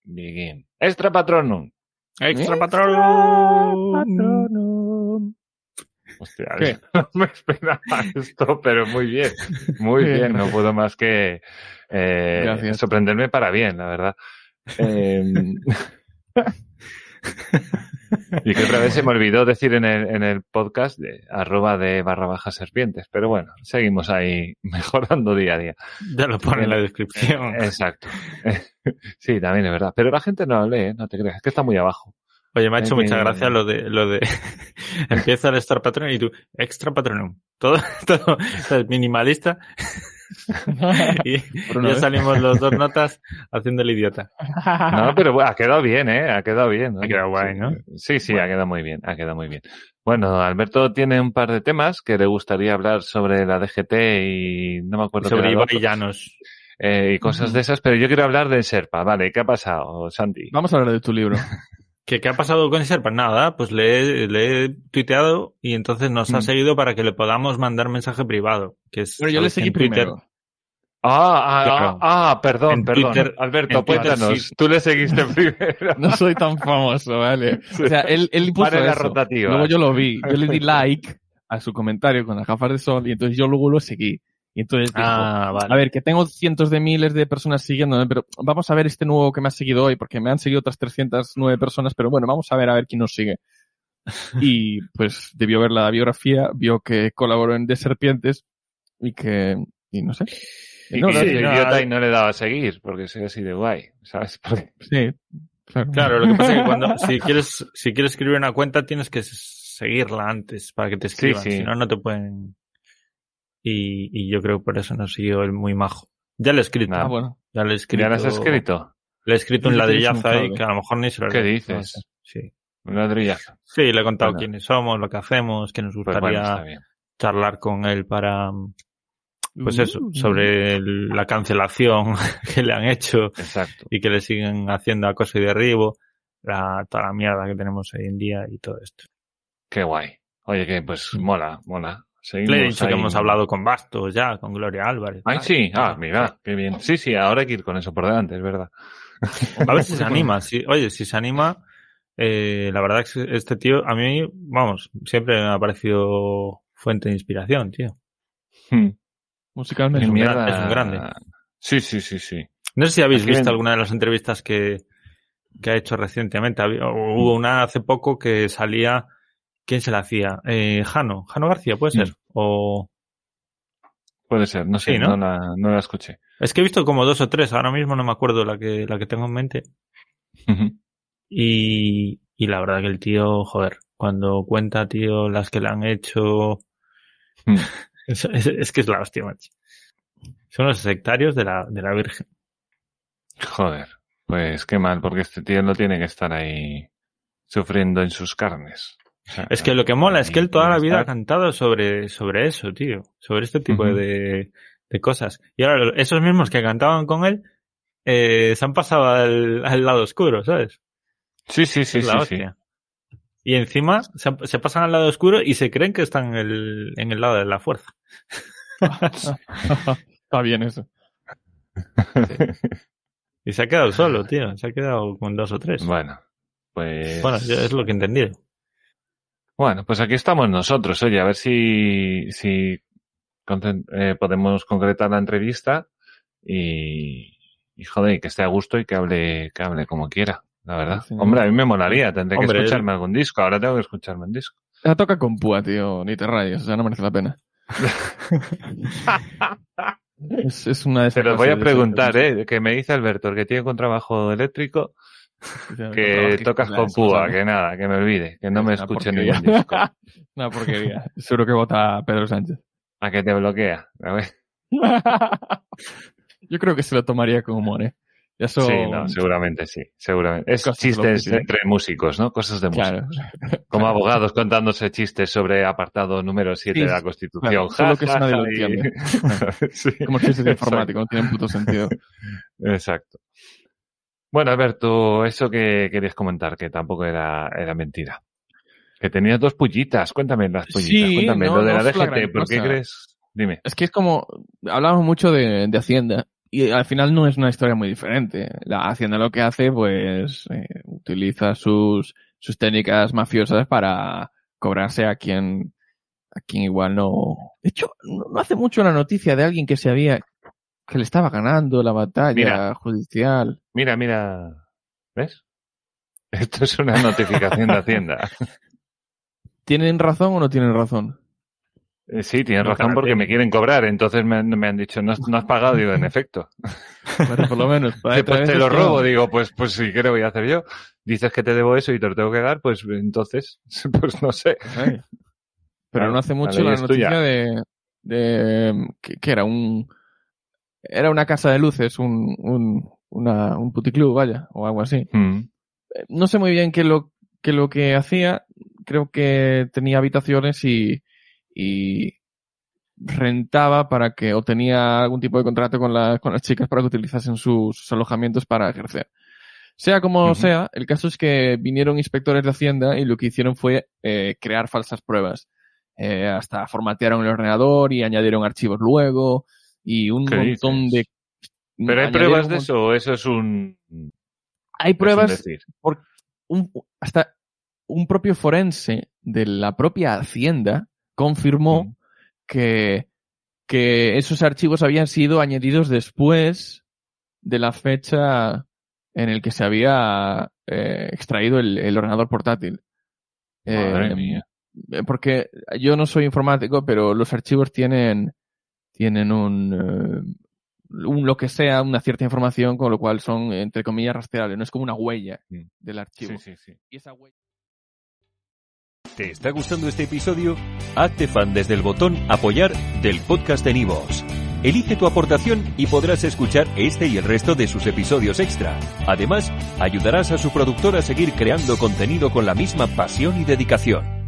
begin. Extra Patronum. Extra Patronum. Hostia, no me esperaba esto, pero muy bien. Muy bien, no puedo más que sorprenderme para bien, la verdad. Y que otra vez se me olvidó decir en el podcast de @de_serpientes, pero bueno, seguimos ahí mejorando día a día. Ya lo pone en la descripción. Exacto. Sí, también es verdad. Pero la gente no lo lee, no te creas, es que está muy abajo. Oye, me ha hecho mucha gracia lo de empieza el Extra Patronum y tú, Extra Patronum. Todo minimalista. Y ya salimos los dos notas haciendo el idiota. No, pero ha quedado bien, ha quedado bien, ¿no? Ha quedado guay, ¿no? Sí, bueno. Ha quedado muy bien, ha quedado muy bien. Bueno, Alberto tiene un par de temas que le gustaría hablar sobre la DGT y no me acuerdo. Sobre Ibai Llanos. Y cosas de esas, pero yo quiero hablar de Sherpa. Vale, ¿qué ha pasado, Santi? Vamos a hablar de tu libro. ¿Qué ha pasado con Sherpa? Nada, pues le he tuiteado y entonces nos ha seguido para que le podamos mandar mensaje privado. Que es, pero yo le seguí primero. Perdón. Twitter, Alberto, cuéntanos. Sí. Tú le seguiste primero. No soy tan famoso, ¿vale? O sea, él puso la eso. Rotativa. Luego yo lo vi. Yo le di like a su comentario con las gafas de sol y entonces yo luego lo seguí. Y entonces dijo, vale. A ver, que tengo cientos de miles de personas siguiéndome, pero vamos a ver este nuevo que me ha seguido hoy, porque me han seguido otras 309 personas, pero bueno, vamos a ver quién nos sigue. Y pues debió ver la biografía, vio que colaboró en De Serpientes y no sé. Y no, idiota y no le daba a seguir, porque soy así de guay, ¿sabes? Sí, claro. Lo que pasa es que cuando, si quieres escribir una cuenta, tienes que seguirla antes para que te escriban, si no, no te pueden. Y yo creo que por eso nos siguió el muy majo. Ya le he escrito. Bueno. Ya le he escrito. ¿Ya lo has escrito? Le he escrito un ladrillazo ahí que a lo mejor ni se lo ¿Qué dices? No sé. Sí. Un ladrillazo. Sí, le he contado quiénes somos, lo que hacemos, que nos gustaría charlar con él para, pues eso, sobre la cancelación que le han hecho. Exacto. Y que le siguen haciendo acoso y derribo, toda la mierda que tenemos hoy en día y todo esto. Qué guay. Oye, que pues mola. Seguimos le he dicho ahí. que hemos hablado con Bastos ya, con Gloria Álvarez. Ay, sí. Mira, qué bien. Sí, ahora hay que ir con eso por delante, es verdad. A ver si se anima. Oye, si se anima, la verdad es que este tío, a mí, vamos, siempre me ha parecido fuente de inspiración, tío. Musicalmente es un grande. Sí. No sé si habéis visto alguna de las entrevistas que ha hecho recientemente. Hubo una hace poco que salía. ¿Quién se la hacía? Jano García, ¿puede ser? O... Puede ser, no sé, sí, ¿no? No la escuché. Es que he visto como 2 o 3, ahora mismo no me acuerdo la que tengo en mente. Y la verdad que el tío, joder, cuando cuenta, tío, las que le han hecho... es que es la hostia, macho. Son los sectarios de la Virgen. Joder, pues qué mal, porque este tío no tiene que estar ahí sufriendo en sus carnes. O sea, es que lo que mola es que él toda la vida ha cantado sobre eso, tío. Sobre este tipo de cosas. Y ahora esos mismos que cantaban con él se han pasado al lado oscuro, ¿sabes? Sí. Y encima se pasan al lado oscuro y se creen que están en el lado de la fuerza. Está bien eso. Sí. Y se ha quedado solo, tío. Se ha quedado con 2 o 3. Bueno, pues... Bueno, es lo que he entendido. Bueno, pues aquí estamos nosotros. Oye, a ver si podemos concretar la entrevista y joder, que esté a gusto y que hable como quiera, la verdad. Sí. Hombre, a mí me molaría. Tendré que escucharme algún disco. Ahora tengo que escucharme un disco. La toca con púa, tío. Ni te rayes. O sea, no merece la pena. es una de esas. Te lo voy a preguntar, que me dice Alberto, el que tiene contrabajo eléctrico, que tocas con púa, que nada, que me olvide, que no me escuche ningún disco. Una porquería. Seguro que vota Pedro Sánchez. ¿A que te bloquea? A ver. Yo creo que se lo tomaría con humor, Eso... Sí, no, seguramente sí, seguramente. Es chistes entre músicos, ¿no? Cosas de músicos. Claro. Como abogados contándose chistes sobre apartado número 7 de la Constitución. Claro, solo que nadie lo entiende. Sí. Como chistes de informático, no tienen puto sentido. Exacto. Bueno, Alberto, eso que querías comentar, que tampoco era mentira. Que tenías 2 pullitas. Cuéntame las pullitas. Sí, cuéntame lo de la DGT. ¿Por qué crees? Dime. Es que es como... Hablamos mucho de Hacienda. Y al final no es una historia muy diferente. La Hacienda lo que hace, pues, utiliza sus técnicas mafiosas para cobrarse a quien igual no... De hecho, no hace mucho la noticia de alguien que le estaba ganando la batalla judicial. Mira. ¿Ves? Esto es una notificación de Hacienda. ¿Tienen razón o no tienen razón? Sí, tienes razón porque me quieren cobrar. Entonces me han dicho, no has pagado. Digo, en efecto. Bueno, por lo menos. Pues te lo robo. Digo, pues sí, ¿qué le voy a hacer yo? Dices que te debo eso y te lo tengo que dar, pues entonces, pues no sé. Ay. Pero no hace mucho la noticia de que era una casa de luces, un puticlub, vaya, o algo así. No sé muy bien qué lo que hacía. Creo que tenía habitaciones y rentaba o tenía algún tipo de contrato con las chicas para que utilizasen sus alojamientos para ejercer. Sea como sea, el caso es que vinieron inspectores de Hacienda y lo que hicieron fue crear falsas pruebas. Hasta formatearon el ordenador y añadieron archivos luego y un montón de... ¿Pero hay pruebas de eso o eso es un... Hay pruebas por hasta un propio forense de la propia Hacienda confirmó que esos archivos habían sido añadidos después de la fecha en el que se había extraído el ordenador portátil. Madre mía. Porque yo no soy informático, pero los archivos tienen un lo que sea, una cierta información, con lo cual son, entre comillas, rastreables. No es como una huella del archivo. Sí. Y esa huella... ¿Te está gustando este episodio? Hazte fan desde el botón Apoyar del podcast de Nivos. Elige tu aportación y podrás escuchar este y el resto de sus episodios extra. Además, ayudarás a su productor a seguir creando contenido con la misma pasión y dedicación.